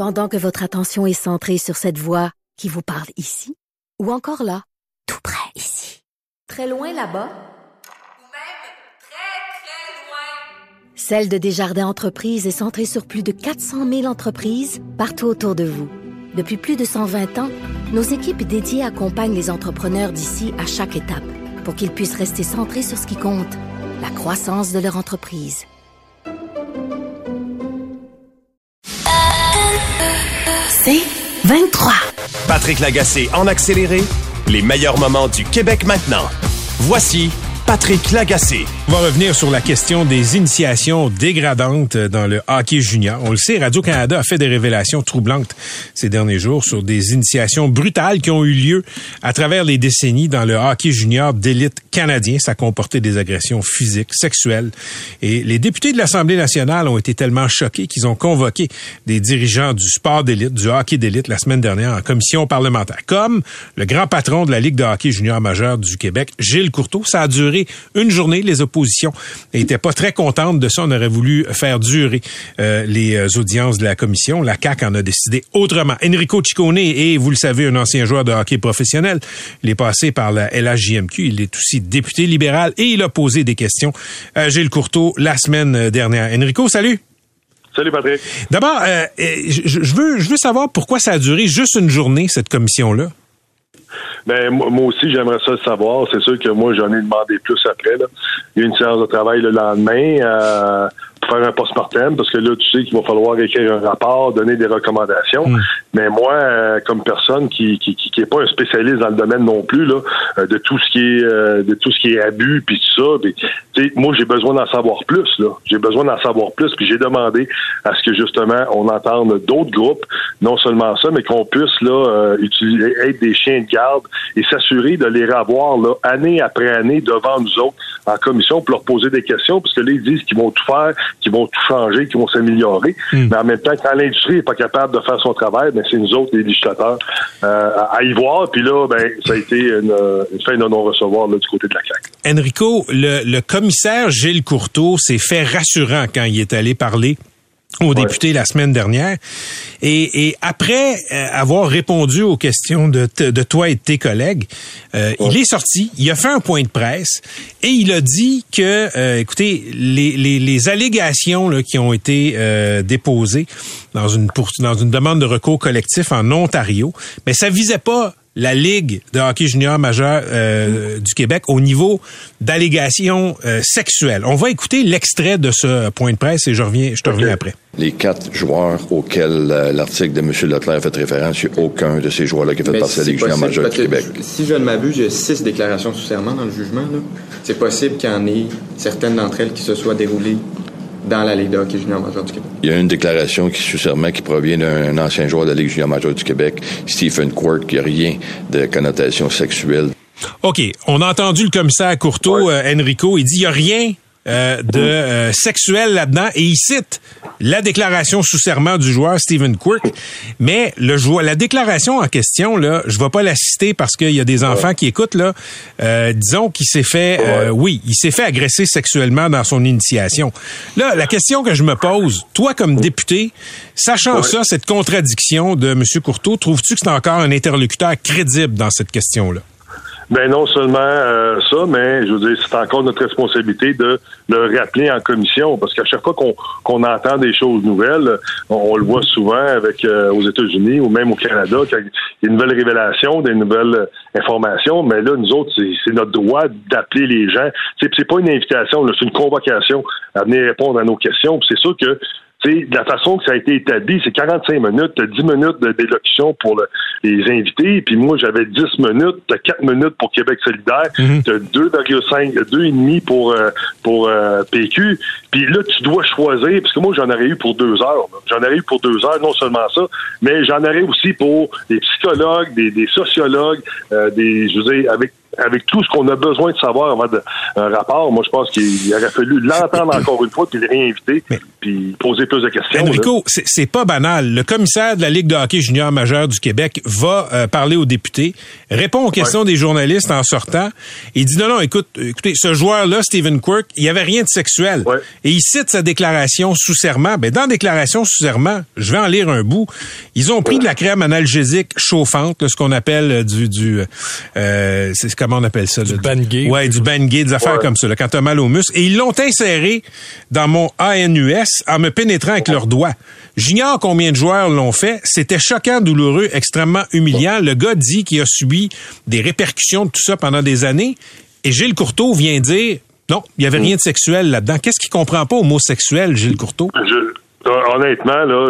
Pendant que votre attention est centrée sur cette voix qui vous parle ici, ou encore là, tout près ici, très loin là-bas, ou même très, très loin. Celle de Desjardins Entreprises est centrée sur plus de 400 000 entreprises partout autour de vous. Depuis plus de 120 ans, nos équipes dédiées accompagnent les entrepreneurs d'ici à chaque étape pour qu'ils puissent rester centrés sur ce qui compte, la croissance de leur entreprise. C'est 23. Patrick Lagacé en accéléré, les meilleurs moments du Québec maintenant. Voici Patrick Lagacé. On va revenir sur la question des initiations dégradantes dans le hockey junior. On le sait, Radio-Canada a fait des révélations troublantes ces derniers jours sur des initiations brutales qui ont eu lieu à travers les décennies dans le hockey junior d'élite canadien. Ça comportait des agressions physiques, sexuelles. Et les députés de l'Assemblée nationale ont été tellement choqués qu'ils ont convoqué des dirigeants du sport d'élite, du hockey d'élite la semaine dernière en commission parlementaire. Comme le grand patron de la Ligue de hockey junior majeur du Québec, Gilles Courteau. Ça a duré une journée. Les oppositions n'étaient pas très contentes de ça. On aurait voulu faire durer les audiences de la commission. La CAQ en a décidé autrement. Enrico Ciccone est, vous le savez, un ancien joueur de hockey professionnel. Il est passé par la LHJMQ. Il est aussi député libéral et il a posé des questions à Gilles Courteau la semaine dernière. Enrico, salut! Salut Patrick. D'abord, je veux savoir pourquoi ça a duré juste une journée, cette commission-là. Ben moi aussi, j'aimerais ça le savoir. C'est sûr que moi, j'en ai demandé plus après. Là. Il y a eu une séance de travail le lendemain pour faire un post-mortem, parce que là, tu sais qu'il va falloir écrire un rapport, donner des recommandations. Mais moi, comme personne qui est pas un spécialiste dans le domaine non plus, là, de tout ce qui est abus puis tout ça, tu sais, moi, j'ai besoin d'en savoir plus, là. J'ai besoin d'en savoir plus, puis j'ai demandé à ce que, justement, on entende d'autres groupes, non seulement ça, mais qu'on puisse, là, être des chiens de garde et s'assurer de les revoir, là, année après année devant nous autres en commission pour leur poser des questions, parce que là, ils disent qu'ils vont tout faire, qu'ils vont tout changer, qu'ils vont s'améliorer. Mais en même temps, quand l'industrie n'est pas capable de faire son travail, ben c'est nous autres, les législateurs, à y voir. Puis là, ben ça a été une fin de non-recevoir là, du côté de la CAQ. Enrico, le commissaire Gilles Courteau s'est fait rassurant quand il est allé parler aux députés la semaine dernière. Et après avoir répondu aux questions de toi et de tes collègues, il est sorti, il a fait un point de presse et il a dit que, écoutez, les allégations là, qui ont été déposées dans une demande de recours collectif en Ontario, mais ça visait pas la Ligue de hockey junior majeur du Québec au niveau d'allégations sexuelles. On va écouter l'extrait de ce point de presse et je te reviens après. Les 4 joueurs auxquels l'article de M. Leclerc a fait référence, il n'y a aucun de ces joueurs-là qui a fait partie de la Ligue junior majeure du Québec. Si je ne m'abuse, il y a 6 déclarations sous serment dans le jugement. Là. C'est possible qu'il y en ait certaines d'entre elles qui se soient déroulées dans la Ligue de hockey junior majeur du Québec. Il y a une déclaration sous serment qui provient d'un ancien joueur de la Ligue junior majeure du Québec, Stephen Quirk, qui n'a rien de connotation sexuelle. OK. On a entendu le commissaire Courteau, Enrico, il dit il n'y a rien de sexuel là-dedans et il cite la déclaration sous serment du joueur Stephen Quirk, mais la déclaration en question là, je vais pas la citer parce qu'il y a des enfants qui écoutent là. Disons qu'il s'est fait, il s'est fait agresser sexuellement dans son initiation. Là, la question que je me pose, toi comme député, sachant ça, cette contradiction de M. Courteau, trouves-tu que c'est encore un interlocuteur crédible dans cette question-là? Ben non seulement ça, mais je veux dire, c'est encore notre responsabilité de le rappeler en commission, parce qu'à chaque fois qu'on entend des choses nouvelles, on le voit souvent avec aux États-Unis ou même au Canada, quand il y a une nouvelle révélation, des nouvelles informations, mais là, nous autres, c'est notre droit d'appeler les gens. C'est pas une invitation, là, c'est une convocation à venir répondre à nos questions. Puis c'est sûr que de la façon que ça a été établi, c'est 45 minutes, 10 minutes d'élocution pour les invités, puis moi, j'avais 10 minutes, 4 minutes pour Québec solidaire, 2,5 pour PQ, puis là, tu dois choisir, parce que moi, j'en aurais eu pour 2 heures. J'en aurais eu pour 2 heures, non seulement ça, mais j'en aurais aussi pour des psychologues, des sociologues, je veux dire, avec tout ce qu'on a besoin de savoir avant un rapport, moi, je pense qu'il aurait fallu l'entendre encore une fois puis le réinviter puis poser plus de questions. Enrico, c'est pas banal. Le commissaire de la Ligue de hockey junior majeur du Québec va parler aux députés, répond aux questions des journalistes en sortant, et il dit non, écoutez, ce joueur-là, Steven Quirk, il y avait rien de sexuel. Ouais. Et il cite sa déclaration sous serment. Ben, dans la déclaration sous serment, je vais en lire un bout. Ils ont pris de la crème analgésique chauffante, là, ce qu'on appelle c'est comment on appelle ça? Du Bengay. Ouais, du Bengay, des affaires comme ça, là, quand t'as mal aux muscles. Et ils l'ont inséré dans mon ANUS en me pénétrant avec leurs doigts. J'ignore combien de joueurs l'ont fait. C'était choquant, douloureux, extrêmement humiliant. Le gars dit qu'il a subi des répercussions de tout ça pendant des années. Et Gilles Courteau vient dire, non, il n'y avait rien de sexuel là-dedans. Qu'est-ce qu'il comprend pas au mot sexuel, Gilles Courteau? Honnêtement, là,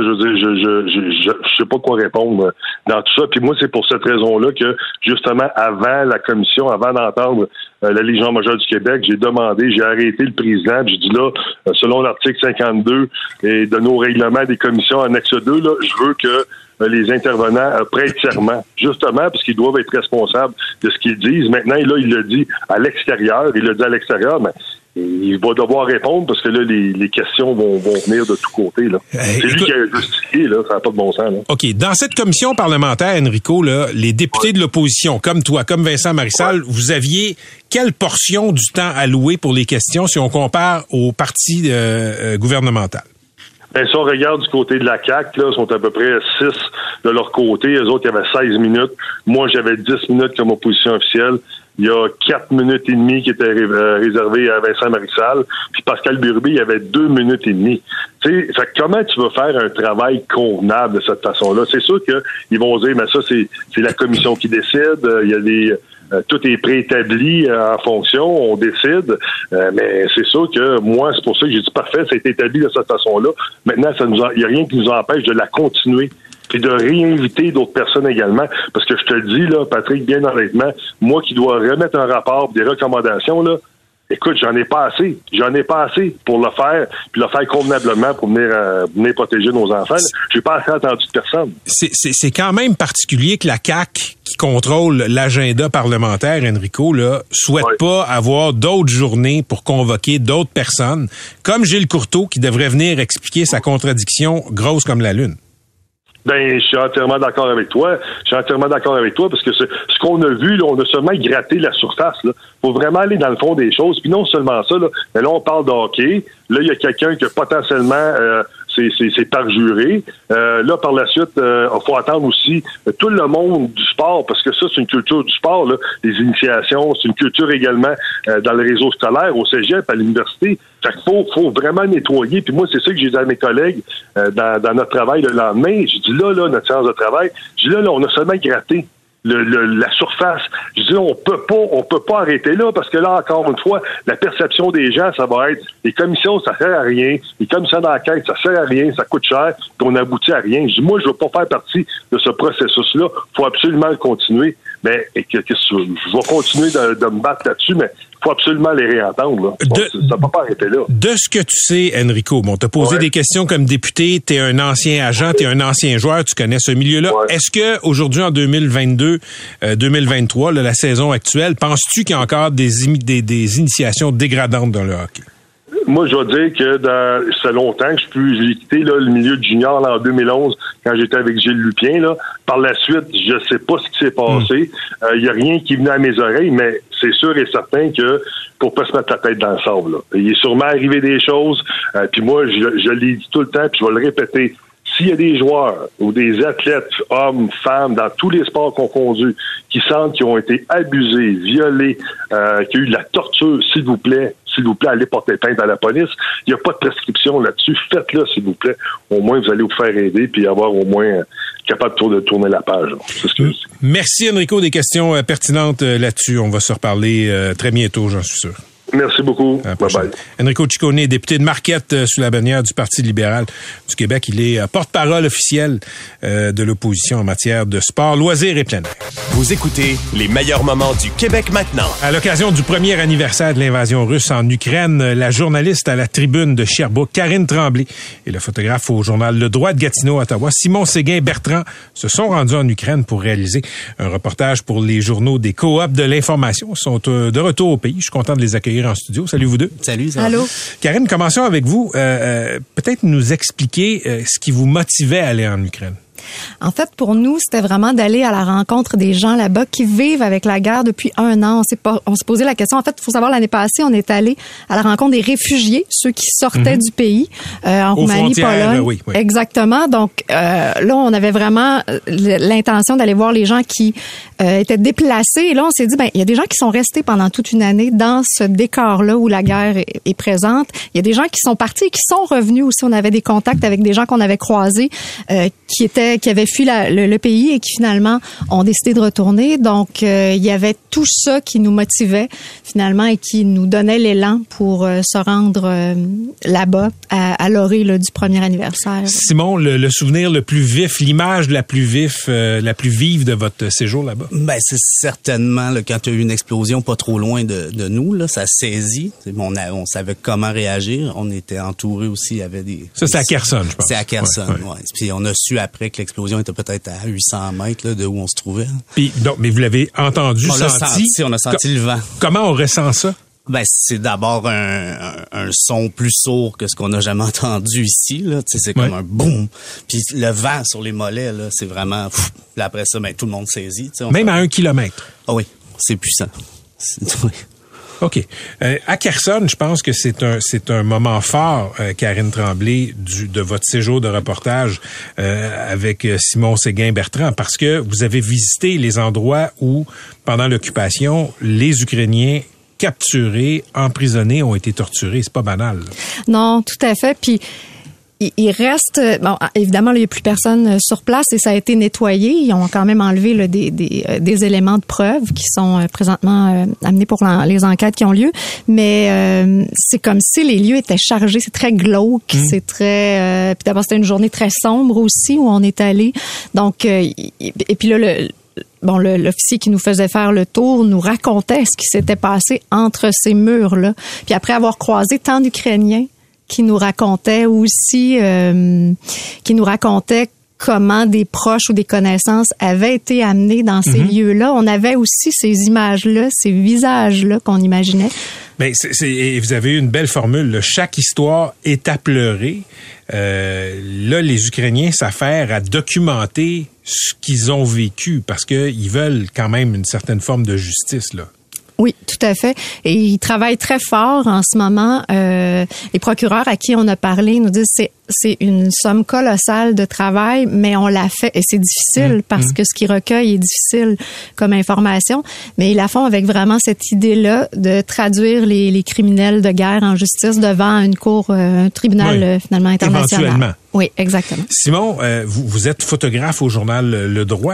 je sais pas quoi répondre dans tout ça. Puis moi, c'est pour cette raison-là que, justement, avant la commission, avant d'entendre la Ligue majeure du Québec, j'ai arrêté le président, puis j'ai dit là, selon l'article 52 et de nos règlements des commissions annexe 2, là, je veux que les intervenants prêtent serment, justement, parce qu'ils doivent être responsables de ce qu'ils disent. Maintenant, là, il l'a dit à l'extérieur, mais il va devoir répondre parce que là, les questions vont venir de tous côtés. Là. C'est lui qui a justifié, là, ça n'a pas de bon sens. Là. OK. Dans cette commission parlementaire, Enrico, là, les députés de l'opposition, comme toi, comme Vincent Marissal, vous aviez quelle portion du temps alloué pour les questions si on compare au parti gouvernemental? Ben, si on regarde du côté de la CAQ, là, sont à peu près 6 de leur côté. Eux autres, il y avait 16 minutes. Moi, j'avais 10 minutes comme opposition officielle. Il y a 4 minutes et demie qui étaient réservées à Vincent Marissal. Puis Pascal Bérubé, il y avait 2 minutes et demie. Tu sais, comment tu vas faire un travail convenable de cette façon-là? C'est sûr qu'ils vont dire, mais ça, c'est la commission qui décide. Il y a des... tout est préétabli en fonction, on décide, mais c'est sûr que moi, c'est pour ça que j'ai dit parfait, ça a été établi de cette façon-là. Maintenant, il n'y a rien qui nous empêche de la continuer puis de réinviter d'autres personnes également, parce que je te dis, là, Patrick, bien honnêtement, moi qui dois remettre un rapport, des recommandations, là, écoute, j'en ai pas assez pour le faire, puis le faire convenablement pour venir protéger nos enfants. J'ai pas assez entendu de personne. C'est quand même particulier que la CAQ, qui contrôle l'agenda parlementaire, Enrico, là, souhaite pas avoir d'autres journées pour convoquer d'autres personnes, comme Gilles Courteau, qui devrait venir expliquer sa contradiction grosse comme la lune. Ben, je suis entièrement d'accord avec toi. Parce que ce qu'on a vu, là, on a seulement gratté la surface. Là. Faut vraiment aller dans le fond des choses. Puis non seulement ça, là, mais là, on parle de hockey. Là, il y a quelqu'un qui a potentiellement c'est parjuré. Là, par la suite, il faut attendre aussi tout le monde du sport, parce que ça, c'est une culture du sport, là, les initiations, c'est une culture également dans le réseau scolaire, au cégep, à l'université. Fait qu'il faut vraiment nettoyer. Puis moi, c'est ça que j'ai dit à mes collègues dans notre travail le lendemain. J'ai dit là, notre séance de travail, j'ai dit là, on a seulement gratté la surface. Je dis on peut pas arrêter là, parce que là, encore une fois, la perception des gens, ça va être les commissions, ça sert à rien, les commissions d'enquête, ça sert à rien, ça coûte cher, puis on aboutit à rien. Je dis moi, je veux pas faire partie de ce processus-là. Faut absolument le continuer. Mais je vais continuer de me battre là-dessus, mais il faut absolument les réentendre. Là. Ça ne peut pas arrêter là. De ce que tu sais, Enrico, bon, t'as posé des questions comme député, t'es un ancien agent, t'es un ancien joueur, tu connais ce milieu-là. Ouais. Est-ce que aujourd'hui, en 2022, 2023, là, la saison actuelle, penses-tu qu'il y a encore des initiations dégradantes dans le hockey? Moi, je vais dire que ça longtemps que j'ai quitté là, le milieu de junior là, en 2011 quand j'étais avec Gilles Lupien. Là. Par la suite, je sais pas ce qui s'est passé. Il y a rien qui venait à mes oreilles, mais c'est sûr et certain que pour pas se mettre la tête dans le sable. Là. Il est sûrement arrivé des choses. Puis moi, je l'ai dit tout le temps, puis je vais le répéter. S'il y a des joueurs ou des athlètes, hommes, femmes, dans tous les sports confondus, qui sentent qu'ils ont été abusés, violés, qu'il y a eu de la torture, s'il vous plaît, allez porter plainte à la police. Il n'y a pas de prescription là-dessus. Faites-le, s'il vous plaît. Au moins, vous allez vous faire aider puis avoir au moins capable de tourner la page. C'est ce que je dis. Merci, Enrico, des questions pertinentes là-dessus. On va se reparler très bientôt, j'en suis sûr. Merci beaucoup. Bye-bye. Enrico Ciccone, député de Marquette sous la bannière du Parti libéral du Québec. Il est porte-parole officiel de l'opposition en matière de sport, loisirs et plein air. Vous écoutez les meilleurs moments du Québec maintenant. À l'occasion du premier anniversaire de l'invasion russe en Ukraine, la journaliste à la tribune de Sherbrooke, Karine Tremblay, et le photographe au journal Le Droit de Gatineau, Ottawa, Simon Séguin-Bertrand, se sont rendus en Ukraine pour réaliser un reportage pour les journaux des coops de l'information. Ils sont de retour au pays. Je suis content de les accueillir accueillir en studio. Salut vous deux. Salut. Allô. Karine, commençons avec vous. Peut-être nous expliquer ce qui vous motivait à aller en Ukraine. En fait, pour nous, c'était vraiment d'aller à la rencontre des gens là-bas qui vivent avec la guerre depuis 1 an. On s'est posé la question. En fait, il faut savoir, l'année passée, on est allé à la rencontre des réfugiés, ceux qui sortaient du pays, en Roumanie, Pologne. Oui. Exactement. Donc, là, on avait vraiment l'intention d'aller voir les gens qui étaient déplacés. Et là, on s'est dit, il y a des gens qui sont restés pendant toute une année dans ce décor-là où la guerre est présente. Il y a des gens qui sont partis et qui sont revenus aussi. On avait des contacts avec des gens qu'on avait croisés, qui avaient fui le pays et qui finalement ont décidé de retourner. Donc, il y avait tout ça qui nous motivait finalement et qui nous donnait l'élan pour se rendre là-bas à l'orée du premier anniversaire. Simon, le souvenir le plus vif, l'image la plus vive de votre séjour là-bas? C'est certainement quand il y a eu une explosion pas trop loin de nous, là, ça saisit. On savait comment réagir. On était entourés aussi. Il y avait des... Ça, c'est à Kherson, je pense. C'est à Kherson, ouais. Puis on a su après que l'explosion était peut-être à 800 mètres là, de où on se trouvait. Puis, donc, mais vous l'avez entendu, on a senti le vent. Comment on ressent ça? C'est d'abord un son plus sourd que ce qu'on n'a jamais entendu ici. Là. C'est comme un boum. Puis le vent sur les mollets, là, c'est vraiment... Puis après ça, tout le monde saisit. Même à 1 kilomètre? Ah oui, c'est puissant. OK. À Kherson, je pense que c'est un moment fort, Karine Tremblay, de votre séjour de reportage avec Simon Séguin-Bertrand, parce que vous avez visité les endroits où, pendant l'occupation, les Ukrainiens capturés, emprisonnés, ont été torturés. C'est pas banal. Là. Non, tout à fait. Puis il reste, évidemment, il n'y a plus personne sur place et ça a été nettoyé. Ils ont quand même enlevé là, des éléments de preuve qui sont présentement amenés pour les enquêtes qui ont lieu. Mais c'est comme si les lieux étaient chargés. C'est très glauque. C'est très... puis d'abord, c'était une journée très sombre aussi où on est allé. Donc, et puis là, l'officier qui nous faisait faire le tour nous racontait ce qui s'était passé entre ces murs-là. Puis après avoir croisé tant d'Ukrainiens qui nous racontaient aussi, comment des proches ou des connaissances avaient été amenés dans ces lieux-là. On avait aussi ces images-là, ces visages-là qu'on imaginait. Ben, vous avez eu une belle formule. Là. Chaque histoire est à pleurer. Là, les Ukrainiens s'affairent à documenter ce qu'ils ont vécu parce qu'ils veulent quand même une certaine forme de justice, là. Oui, tout à fait. Et ils travaillent très fort en ce moment. Les procureurs à qui on a parlé nous disent c'est une somme colossale de travail, mais on l'a fait et c'est difficile parce que ce qu'ils recueillent est difficile comme information. Mais ils la font avec vraiment cette idée-là de traduire les criminels de guerre en justice devant une cour, un tribunal finalement international. Éventuellement. Oui, exactement. Simon, vous êtes photographe au journal Le Droit.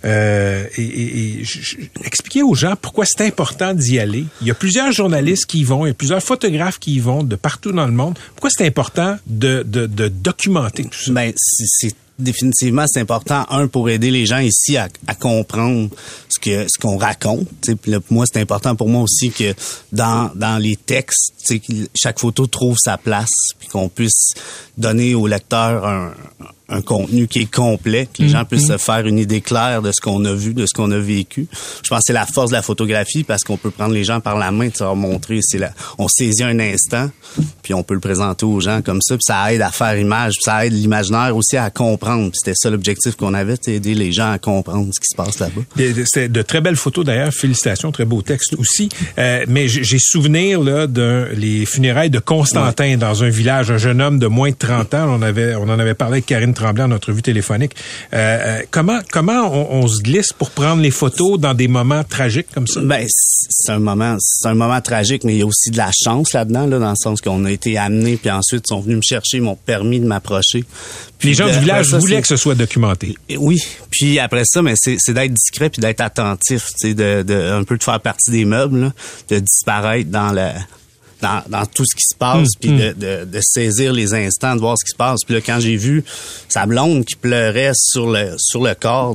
Expliquez aux gens pourquoi c'est important d'y aller. Il y a plusieurs journalistes qui y vont, il y a plusieurs photographes qui y vont de partout dans le monde. Pourquoi c'est important de documenter tout ça? Définitivement, c'est important, pour aider les gens ici à comprendre ce qu'on raconte. Puis là, moi, c'est important pour moi aussi que dans les textes, chaque photo trouve sa place, puis qu'on puisse donner au lecteur un contenu qui est complet, que les gens puissent se faire une idée claire de ce qu'on a vu, de ce qu'on a vécu. Je pense que c'est la force de la photographie parce qu'on peut prendre les gens par la main, leur montrer, on saisit un instant, puis on peut le présenter aux gens comme ça, puis ça aide à faire image, puis ça aide l'imaginaire aussi à comprendre. Puis c'était ça l'objectif qu'on avait, aider les gens à comprendre ce qui se passe là-bas. C'est de très belles photos d'ailleurs, félicitations, très beau texte aussi. Mais j'ai souvenir là les funérailles de Constantin dans un village, un jeune homme de moins de 30 ans. On en avait parlé avec Karine Tremblay en entrevue téléphonique. Comment on se glisse pour prendre les photos dans des moments tragiques comme ça? C'est un moment tragique, mais il y a aussi de la chance là-dedans, là, dans le sens qu'on a été amenés, puis ensuite ils sont venus me chercher, ils m'ont permis de m'approcher. Puis les gens du village voulaient que ce soit documenté. Oui. Puis après ça, mais c'est d'être discret puis d'être attentif, un peu de faire partie des meubles, là, de disparaître dans tout ce qui se passe, puis de saisir les instants, de voir ce qui se passe. Puis là, quand j'ai vu sa blonde qui pleurait sur le corps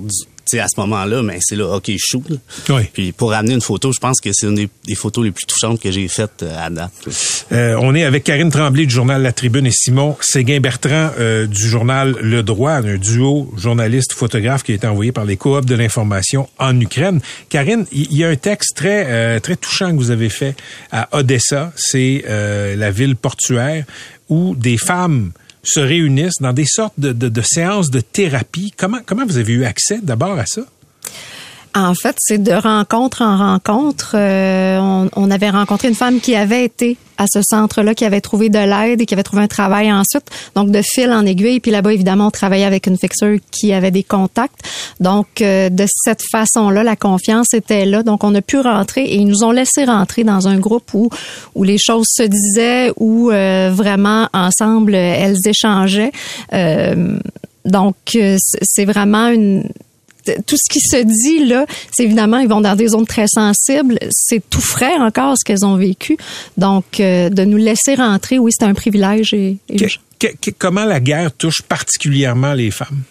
à ce moment-là, mais c'est là, OK, shoot. Oui. Puis pour ramener une photo, je pense que c'est une des photos les plus touchantes que j'ai faites à date. On est avec Karine Tremblay du journal La Tribune et Simon Séguin-Bertrand du journal Le Droit, un duo journaliste-photographe qui a été envoyé par les coops de l'information en Ukraine. Karine, il y a un texte très touchant que vous avez fait à Odessa, c'est la ville portuaire où des femmes se réunissent dans des sortes de séances de thérapie. Comment vous avez eu accès d'abord à ça? En fait, c'est de rencontre en rencontre. On avait rencontré une femme qui avait été à ce centre-là, qui avait trouvé de l'aide et qui avait trouvé un travail ensuite. Donc, de fil en aiguille. Puis là-bas, évidemment, on travaillait avec une fixeur qui avait des contacts. Donc, de cette façon-là, la confiance était là. Donc, on a pu rentrer et ils nous ont laissé rentrer dans un groupe où les choses se disaient, où vraiment, ensemble, elles échangeaient. Donc, c'est vraiment tout ce qui se dit là, c'est évidemment, ils vont dans des zones très sensibles. C'est tout frais encore ce qu'elles ont vécu. Donc, de nous laisser rentrer, oui, c'est un privilège. Comment la guerre touche particulièrement les femmes?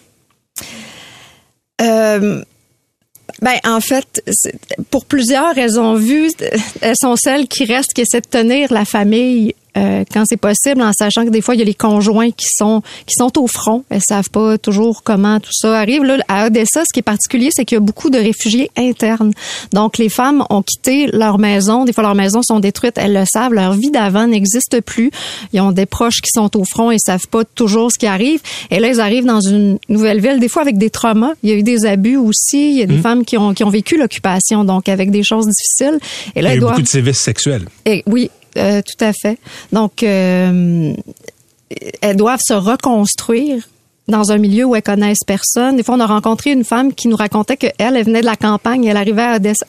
En fait, pour plusieurs, elles ont vu, elles sont celles qui restent, qui essaient de tenir la famille quand c'est possible, en sachant que des fois, il y a les conjoints qui sont au front. Elles savent pas toujours comment tout ça arrive. Là, à Odessa, ce qui est particulier, c'est qu'il y a beaucoup de réfugiés internes. Donc, les femmes ont quitté leur maison. Des fois, leurs maisons sont détruites. Elles le savent. Leur vie d'avant n'existe plus. Ils ont des proches qui sont au front et savent pas toujours ce qui arrive. Et là, ils arrivent dans une nouvelle ville, des fois avec des traumas. Il y a eu des abus aussi. Il y a des femmes qui ont vécu l'occupation, donc avec des choses difficiles. Et là, il y a eu beaucoup de sévices sexuels. Et oui. Tout à fait. Donc, elles doivent se reconstruire dans un milieu où elles connaissent personne. Des fois, on a rencontré une femme qui nous racontait qu'elle venait de la campagne, elle arrivait à Odessa,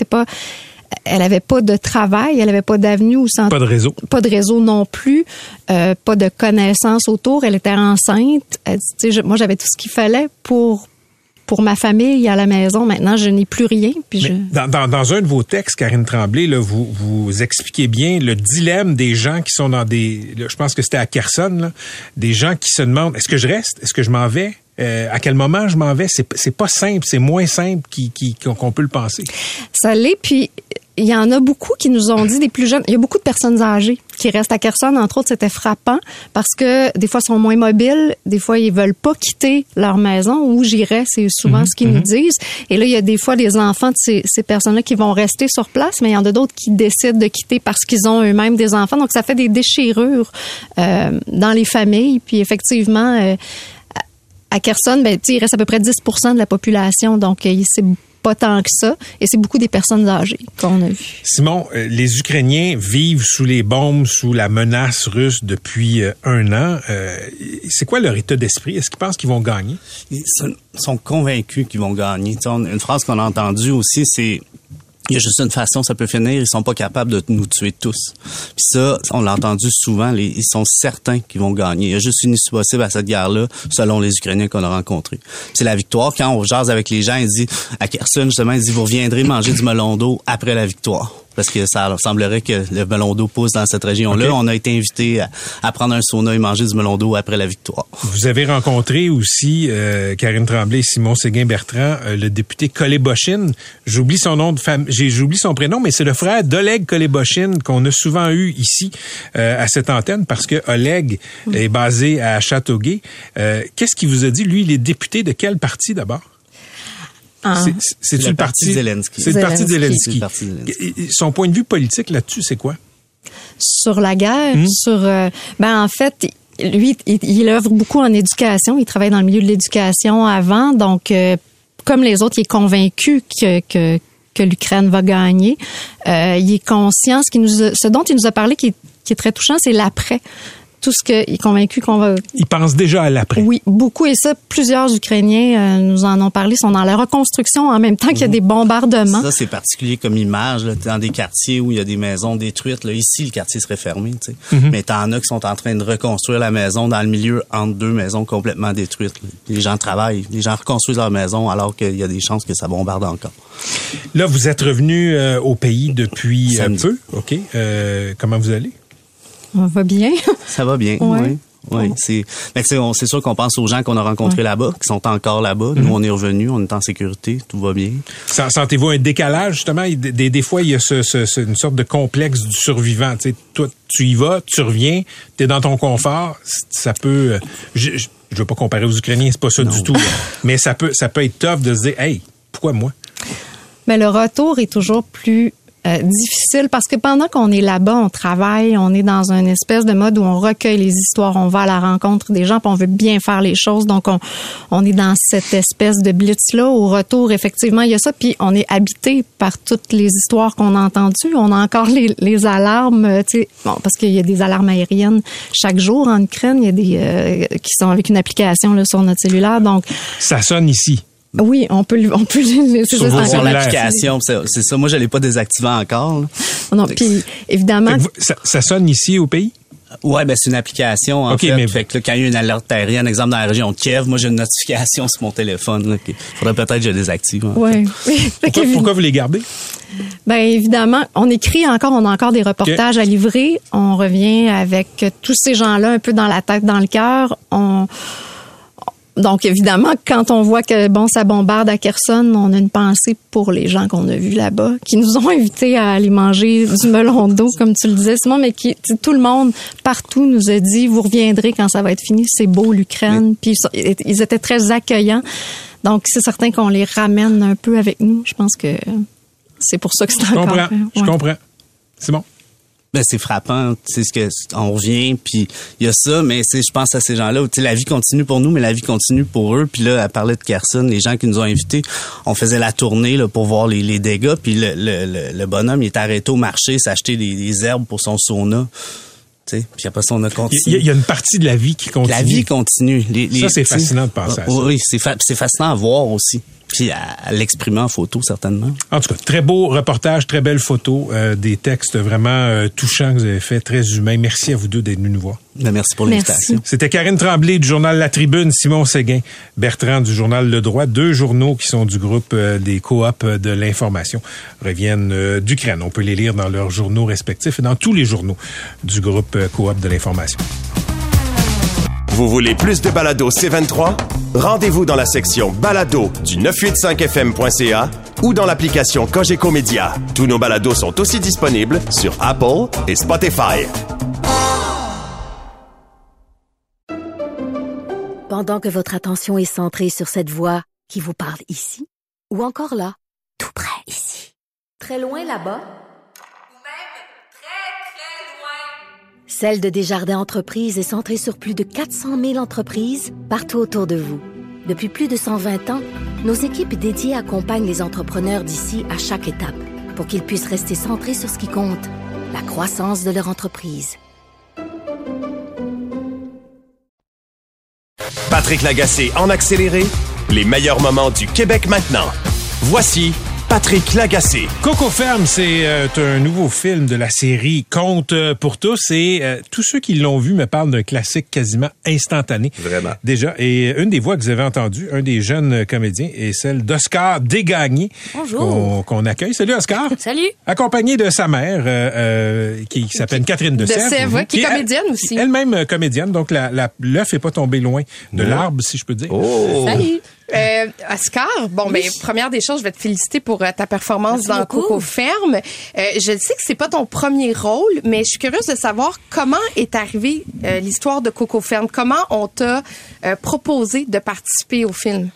elle avait pas de travail, elle avait pas d'avenue ou sans pas de réseau. Pas de réseau non plus, pas de connaissances autour. Elle était enceinte. Elle dit, moi, j'avais tout ce qu'il fallait pour ma famille à la maison. Maintenant, je n'ai plus rien. Puis dans un de vos textes, Karine Tremblay, là, vous expliquez bien le dilemme des gens qui sont je pense que c'était à Kherson, là, des gens qui se demandent, est-ce que je reste? Est-ce que je m'en vais? À quel moment je m'en vais? C'est pas simple, c'est moins simple qu'on peut le penser. Ça l'est, puis il y en a beaucoup qui nous ont dit, des plus jeunes, il y a beaucoup de personnes âgées qui restent à Kherson, entre autres, c'était frappant parce que des fois, ils sont moins mobiles, des fois, ils veulent pas quitter leur maison. Où j'irais, c'est souvent ce qu'ils nous disent. Et là, il y a des fois des enfants de ces personnes-là qui vont rester sur place, mais il y en a d'autres qui décident de quitter parce qu'ils ont eux-mêmes des enfants. Donc, ça fait des déchirures dans les familles. Puis effectivement, à Kherson, il reste à peu près 10% de la population. Donc, c'est pas tant que ça. Et c'est beaucoup des personnes âgées qu'on a vues. Simon, les Ukrainiens vivent sous les bombes, sous la menace russe depuis 1 an. C'est quoi leur état d'esprit? Est-ce qu'ils pensent qu'ils vont gagner? Ils sont convaincus qu'ils vont gagner. Une phrase qu'on a entendue aussi, c'est il y a juste une façon, ça peut finir, ils sont pas capables de nous tuer tous. Puis ça, on l'a entendu souvent, ils sont certains qu'ils vont gagner. Il y a juste une issue possible à cette guerre-là, selon les Ukrainiens qu'on a rencontrés. C'est la victoire. Quand on jase avec les gens, ils disent, à Kherson, justement, ils disent, vous reviendrez manger du melon d'eau après la victoire. Parce que ça semblerait que le melon d'eau pousse dans cette région-là. Okay. On a été invités à prendre un sauna et manger du melon d'eau après la victoire. Vous avez rencontré aussi, Karine Tremblay et Simon Séguin-Bertrand, le député Koleboshine. J'oublie son nom de famille, j'oublie son prénom, mais c'est le frère d'Oleg Koleboshine qu'on a souvent eu ici à cette antenne parce que Oleg est basé à Châteauguay. Qu'est-ce qu'il vous a dit? Lui, il est député de quel parti d'abord? C'est le parti de Zelensky. C'est le parti de Zelensky. Son point de vue politique là-dessus, c'est quoi? Sur la guerre, en fait, lui, il œuvre beaucoup en éducation. Il travaille dans le milieu de l'éducation avant, donc comme les autres, il est convaincu que l'Ukraine va gagner. Il est conscient. Ce dont il nous a parlé, qui est très touchant, c'est l'après. Tout ce qu'il est convaincu qu'on va... Il pense déjà à l'après. Oui, beaucoup. Et ça, plusieurs Ukrainiens nous en ont parlé, sont dans la reconstruction en même temps qu'il y a des bombardements. Ça, c'est particulier comme image, là, dans des quartiers où il y a des maisons détruites. Là, ici, le quartier serait fermé, tu sais. Mais t'en as qui sont en train de reconstruire la maison dans le milieu entre 2 maisons complètement détruites. Là. Les gens travaillent, les gens reconstruisent leur maison alors qu'il y a des chances que ça bombarde encore. Là, vous êtes revenu au pays depuis peu. OK. Comment vous allez? On va bien. Ça va bien, ouais. Oui. Oui, c'est sûr qu'on pense aux gens qu'on a rencontrés là-bas, qui sont encore là-bas. Nous, on est revenus, on est en sécurité, tout va bien. Sentez-vous un décalage, justement? Des fois, il y a une sorte de complexe du survivant. Tu sais, toi, tu y vas, tu reviens, t'es dans ton confort. Ça peut... Je veux pas comparer aux Ukrainiens, c'est pas ça du tout. Là. Mais ça peut être tough de se dire, hey, pourquoi moi? Mais le retour est toujours plus difficile parce que pendant qu'on est là-bas, on travaille, on est dans une espèce de mode où on recueille les histoires, on va à la rencontre des gens, puis on veut bien faire les choses. Donc, on est dans cette espèce de blitz-là. Au retour, effectivement, il y a ça. Puis, on est habité par toutes les histoires qu'on a entendues. On a encore les alarmes, tu sais, bon, parce qu'il y a des alarmes aériennes chaque jour en Ukraine. Il y a des qui sont avec une application là, sur notre cellulaire. Donc, ça sonne ici. Oui, on peut sur l'application, c'est ça. Moi, je l'ai pas désactivé encore. Là. Non, puis évidemment, ça sonne ici au pays. Ouais, ben c'est une application en fait. Fait que là, quand il y a une alerte aérienne, exemple dans la région de Kiev, moi j'ai une notification sur mon téléphone. Il faudrait peut-être que je désactive. Ouais. Pourquoi vous les gardez? Ben évidemment, on a encore des reportages à livrer. On revient avec tous ces gens-là un peu dans la tête, dans le cœur. Donc, évidemment, quand on voit que, ça bombarde à Kherson, on a une pensée pour les gens qu'on a vus là-bas, qui nous ont invités à aller manger du melon d'eau, comme tu le disais, Simon, mais tout le monde, partout, nous a dit, vous reviendrez quand ça va être fini, c'est beau, l'Ukraine. Puis, ils étaient très accueillants. Donc, c'est certain qu'on les ramène un peu avec nous. Je pense que c'est pour ça que c'est encore... Je comprends. C'est bon. Ben c'est frappant, tu sais on revient puis il y a ça, mais je pense à ces gens-là où tu sais la vie continue pour nous, mais la vie continue pour eux. Puis là, à parler de Kherson, les gens qui nous ont invités, on faisait la tournée là pour voir les dégâts. Puis le bonhomme, il est arrêté au marché, s'acheter des herbes pour son sauna. Tu sais, puis après ça, on a continué. Il y a une partie de la vie qui continue. La vie continue. Ça, c'est fascinant de penser à ça. Oui, c'est fascinant à voir aussi. Puis à l'exprimer en photo, certainement. En tout cas, très beau reportage, très belle photo, des textes vraiment touchants que vous avez fait, très humains. Merci à vous deux d'être venus nous voir. Merci pour l'invitation. C'était Karine Tremblay du journal La Tribune, Simon Séguin, Bertrand du journal Le Droit, deux journaux qui sont du groupe des coops de l'information, reviennent d'Ukraine. On peut les lire dans leurs journaux respectifs et dans tous les journaux du groupe coop de l'information. Vous voulez plus de balado C23? Rendez-vous dans la section balado du 985fm.ca ou dans l'application Cogeco Média. Tous nos balados sont aussi disponibles sur Apple et Spotify. Pendant que votre attention est centrée sur cette voix qui vous parle ici ou encore là, tout près ici, très loin là-bas, Celle de Desjardins Entreprises est centrée sur plus de 400 000 entreprises partout autour de vous. Depuis plus de 120 ans, nos équipes dédiées accompagnent les entrepreneurs d'ici à chaque étape pour qu'ils puissent rester centrés sur ce qui compte, la croissance de leur entreprise. Patrick Lagacé en accéléré, les meilleurs moments du Québec maintenant. Voici Patrick Lagacé. Coco Ferme, c'est un nouveau film de la série Conte pour tous et tous ceux qui l'ont vu me parlent d'un classique quasiment instantané. Vraiment. Déjà. Et une des voix que vous avez entendues, un des jeunes comédiens, est celle d'Oscar Desgagnés. Bonjour. Qu'on accueille. Salut Oscar. Salut. Accompagné de sa mère qui s'appelle Catherine Desèvres. Qui est comédienne aussi. Elle-même comédienne, donc l'œuf n'est pas tombé loin de l'arbre, si je peux dire. Oh. Salut. Oscar, première des choses, je vais te féliciter pour ta performance dans Coco Ferme. Je sais que c'est pas ton premier rôle, mais je suis curieuse de savoir comment est arrivée l'histoire de Coco Ferme. Comment on t'a proposé de participer au film?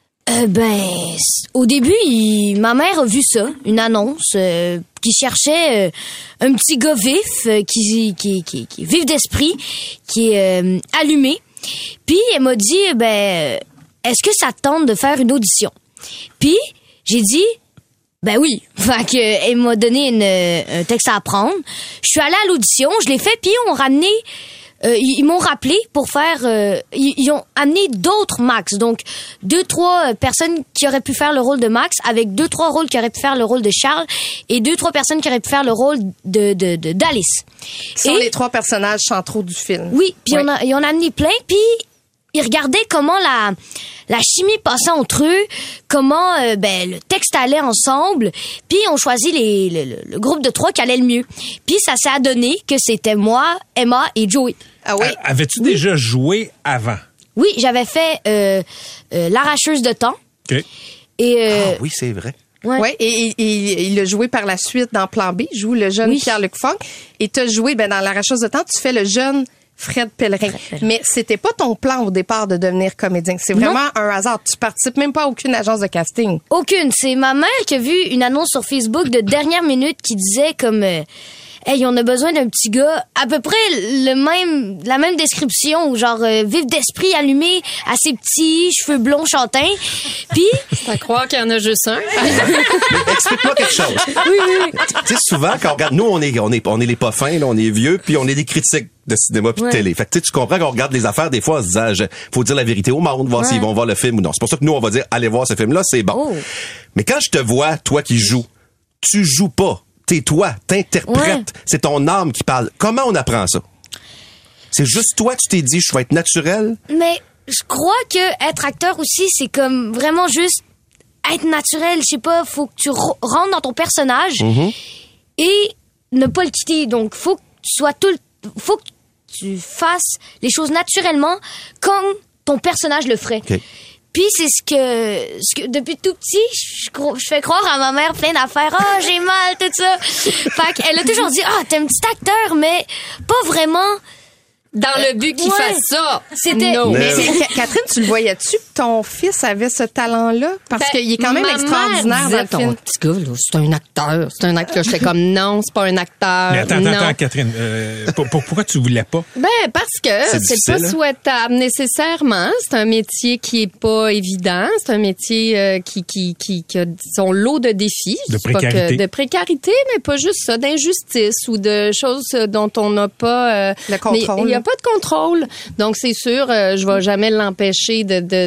Au début, ma mère a vu ça, une annonce qui cherchait un petit gars vif, qui est vif d'esprit, qui est allumé. Puis elle m'a dit, est-ce que ça te tente de faire une audition? Puis, j'ai dit, oui. Fait que, elle m'a donné un texte à apprendre. Je suis allée à l'audition, je l'ai fait, puis ils m'ont rappelé pour faire... ils ont amené d'autres Max. Donc, 2-3 personnes qui auraient pu faire le rôle de Max, avec 2-3 rôles qui auraient pu faire le rôle de Charles, et 2-3 personnes qui auraient pu faire le rôle d'Alice. Qui sont les 3 personnages centraux du film. Oui, puis ils en ont amené plein, puis... ils regardaient comment la chimie passait entre eux, comment le texte allait ensemble, puis on choisit le groupe de 3 qui allait le mieux. Puis ça s'est adonné que c'était moi, Emma et Joey. Ah oui? Avais-tu déjà joué avant? Oui, j'avais fait l'arracheuse de temps. OK. Et oui, c'est vrai. Ouais, et il a joué par la suite dans Plan B, joue le jeune Pierre-Luc Funk, et t'as joué dans l'arracheuse de temps, tu fais le jeune Fred Pellerin. Mais c'était pas ton plan au départ de devenir comédien. C'est vraiment un hasard. Tu participes même pas à aucune agence de casting. Aucune. C'est ma mère qui a vu une annonce sur Facebook de dernière minute qui disait comme hey, on a besoin d'un petit gars, à peu près la même description, genre vif d'esprit, allumé, assez petit, cheveux blonds châtains. Puis c'est à croire qu'il y en a juste un. Explique-moi quelque chose. Oui. Tu sais, souvent quand on regarde, nous on est les pas fins, là, on est vieux, puis on est des critiques de cinéma puis de télé. Fait que tu comprends qu'on regarde les affaires des fois en se disant faut dire la vérité au monde, voir s'ils vont voir le film ou non. C'est pour ça que nous on va dire allez voir ce film là, c'est bon. Oh. Mais quand je te vois toi qui joues, tu joues pas. T'es toi, t'interprètes. Ouais. C'est ton âme qui parle. Comment on apprend ça? C'est juste toi, tu t'es dit, je vais être naturel? Mais je crois que être acteur aussi, c'est comme vraiment juste être naturel. Je sais pas, faut que tu rentres dans ton personnage et ne pas le quitter. Donc, faut que tu fasses les choses naturellement comme ton personnage le ferait. Okay. Puis c'est ce que depuis tout petit, je fais croire à ma mère plein d'affaires. Ah, j'ai mal, tout ça. Fait qu'elle a toujours dit, t'es un petit acteur, mais pas vraiment dans le but qu'il fasse ça. C'était... Mais Catherine, tu le voyais-tu que ton fils avait ce talent-là? Parce qu'il est quand même extraordinaire dans le film. Petit gars, là, c'est un acteur. C'est un acteur. J'étais comme, non, c'est pas un acteur. Mais attends, Catherine. Pourquoi tu voulais pas? Parce que c'est pas souhaitable nécessairement. C'est un métier qui est pas évident. C'est un métier qui a son lot de défis. De précarité. De précarité, mais pas juste ça, d'injustice ou de choses dont on n'a pas... le contrôle. Il y a pas de contrôle. Donc, c'est sûr, je vais jamais l'empêcher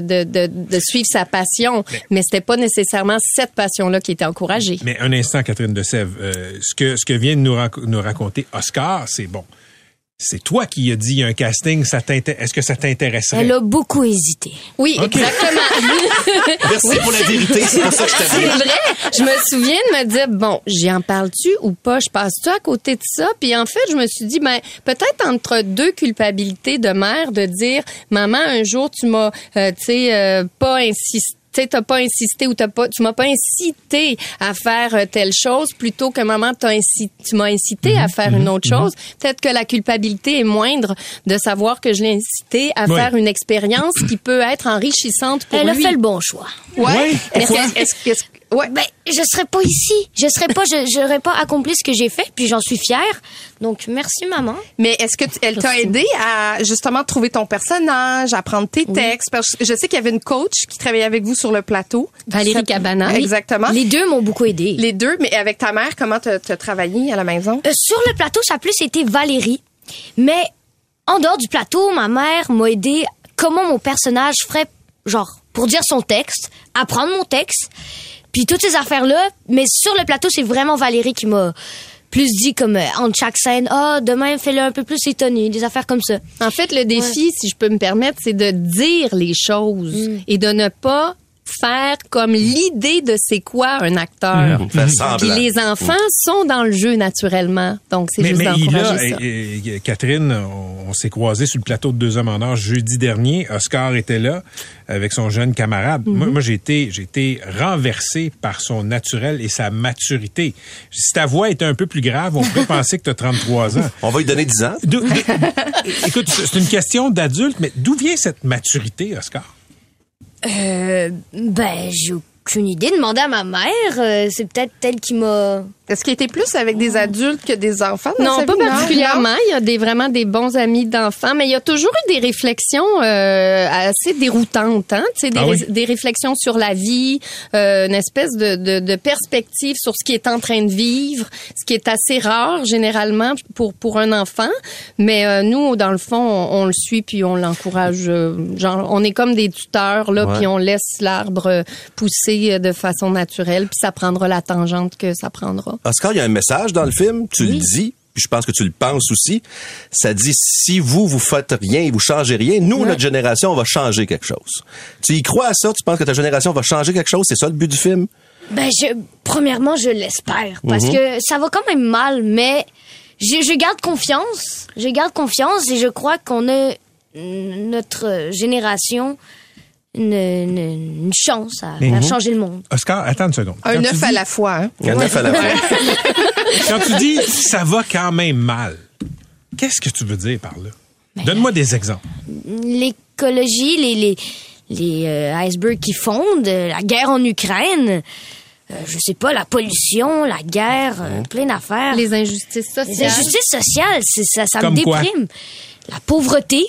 de suivre sa passion. Mais c'était pas nécessairement cette passion-là qui était encouragée. Mais un instant, Catherine de Sèvres. Ce que vient de nous raconter Oscar, c'est bon. C'est toi qui as dit il y a un casting, est-ce que ça t'intéresserait? Elle a beaucoup hésité. Oui, okay. Exactement. Merci pour la vérité, c'est pour ça que je t'ai dit. C'est vrai. Je me souviens de me dire, bon, j'y en parle-tu ou pas? Je passe-tu à côté de ça? Puis en fait, je me suis dit, peut-être entre deux culpabilités de mère, de dire, maman, un jour, tu m'as, pas insisté. T'as pas insisté ou tu m'as pas incité à faire telle chose plutôt que maman tu m'as incité à faire une autre chose. Peut-être que la culpabilité est moindre de savoir que je l'ai incité à faire une expérience qui peut être enrichissante pour lui. Elle a fait le bon choix. Ouais. Ouais. Je serais pas ici. J'aurais pas accompli ce que j'ai fait, puis j'en suis fière. Donc, merci, maman. Mais est-ce que elle t'a aidé à, justement, trouver ton personnage, à prendre tes textes? Parce que je sais qu'il y avait une coach qui travaillait avec vous sur le plateau. Valérie Cabana. Exactement. Les deux m'ont beaucoup aidé. Les deux, mais avec ta mère, comment t'as travaillé à la maison? Sur le plateau, ça a plus été Valérie. Mais, en dehors du plateau, ma mère m'a aidé comment mon personnage ferait, genre, pour dire son texte, apprendre mon texte. Puis toutes ces affaires-là, mais sur le plateau, c'est vraiment Valérie qui m'a plus dit comme entre chaque scène, demain, fais-le un peu plus étonné, des affaires comme ça. En fait, le défi, si je peux me permettre, c'est de dire les choses et de ne pas faire comme l'idée de c'est quoi un acteur. Puis les enfants sont dans le jeu naturellement. Donc, c'est juste d'encourager ça. Et Catherine, on s'est croisés sur le plateau de 2 hommes en or jeudi dernier. Oscar était là avec son jeune camarade. Moi, j'ai été renversé par son naturel et sa maturité. Si ta voix était un peu plus grave, on pourrait penser que tu as 33 ans. On va lui donner 10 ans. Écoute, c'est une question d'adulte, mais d'où vient cette maturité, Oscar? J'ai aucune idée. Demander à ma mère. C'est peut-être elle qui m'a... Est-ce qu'il était plus avec des adultes que des enfants? Non, pas particulièrement. Il y a vraiment des bons amis d'enfants, mais il y a toujours eu des réflexions assez déroutantes, hein? Tu sais, des réflexions sur la vie, une espèce de perspective sur ce qui est en train de vivre, ce qui est assez rare généralement pour un enfant. Mais nous, dans le fond, on le suit puis on l'encourage. Genre, on est comme des tuteurs là, puis on laisse l'arbre pousser de façon naturelle, puis ça prendra la tangente que ça prendra. Oscar, il y a un message dans le film, tu le dis, puis je pense que tu le penses aussi, ça dit si vous faites rien et vous changez rien, nous, notre génération, on va changer quelque chose. Tu y crois à ça? Tu penses que ta génération va changer quelque chose? C'est ça le but du film? Ben, premièrement, je l'espère. Parce que ça va quand même mal, mais je garde confiance. Je garde confiance et je crois qu'on a notre génération une chance à faire changer le monde. Oscar, attends une seconde. Un œuf à la fois, hein? Un œuf à la fois. Quand tu dis ça va quand même mal, qu'est-ce que tu veux dire par là? Donne-moi des exemples. L'écologie, les icebergs qui fondent, la guerre en Ukraine, je sais pas, la pollution, la guerre, plein d'affaires. Les injustices sociales. Les injustices sociales, ça Comme me quoi? déprime. La pauvreté,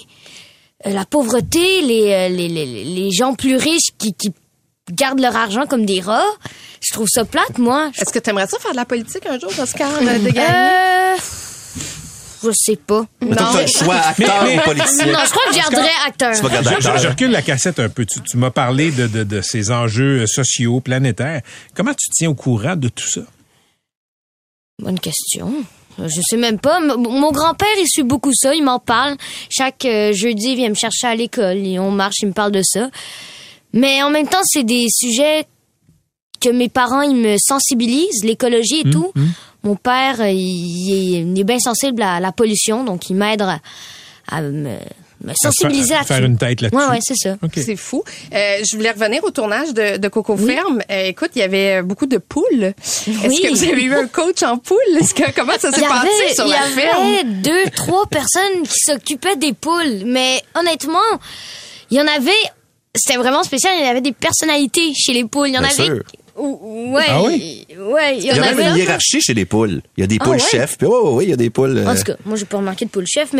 les gens plus riches qui gardent leur argent comme des rats. Je trouve ça plate, moi. Est-ce que tu aimerais ça faire de la politique un jour, Oscar Desgagnés? Je sais pas. Mais toi, tu as le choix, acteur ou politicien? Non, je crois que je garderais acteur. Tu vas garder acteur. Je recule la cassette un peu. Tu m'as parlé de ces enjeux sociaux, planétaires. Comment tu te tiens au courant de tout ça? Bonne question. Je sais même pas. Mon grand-père, il suit beaucoup ça. Il m'en parle. Chaque jeudi, il vient me chercher à l'école. Et on marche, il me parle de ça. Mais en même temps, c'est des sujets que mes parents, ils me sensibilisent. L'écologie et tout. Mon père, il est bien sensible à la pollution. Donc, il m'aide à me sensibiliser à faire une tête là-dessus. Ouais, c'est ça. Okay. C'est fou. Je voulais revenir au tournage de Coco Ferme. Écoute, il y avait beaucoup de poules. Est-ce que vous avez eu un coach en poules? Comment ça s'est passé sur la ferme? Il y avait 2-3 personnes qui s'occupaient des poules. Mais honnêtement, il y en avait... C'était vraiment spécial. Il y avait des personnalités chez les poules. Il y en Bien avait... sûr. Ouais. Ah oui? Ouais, Il y a même une hiérarchie chez les poules. Il y a des poules chefs. Puis oui, il y a des poules. En tout cas, moi, j'ai pas remarqué de poule chef, mais.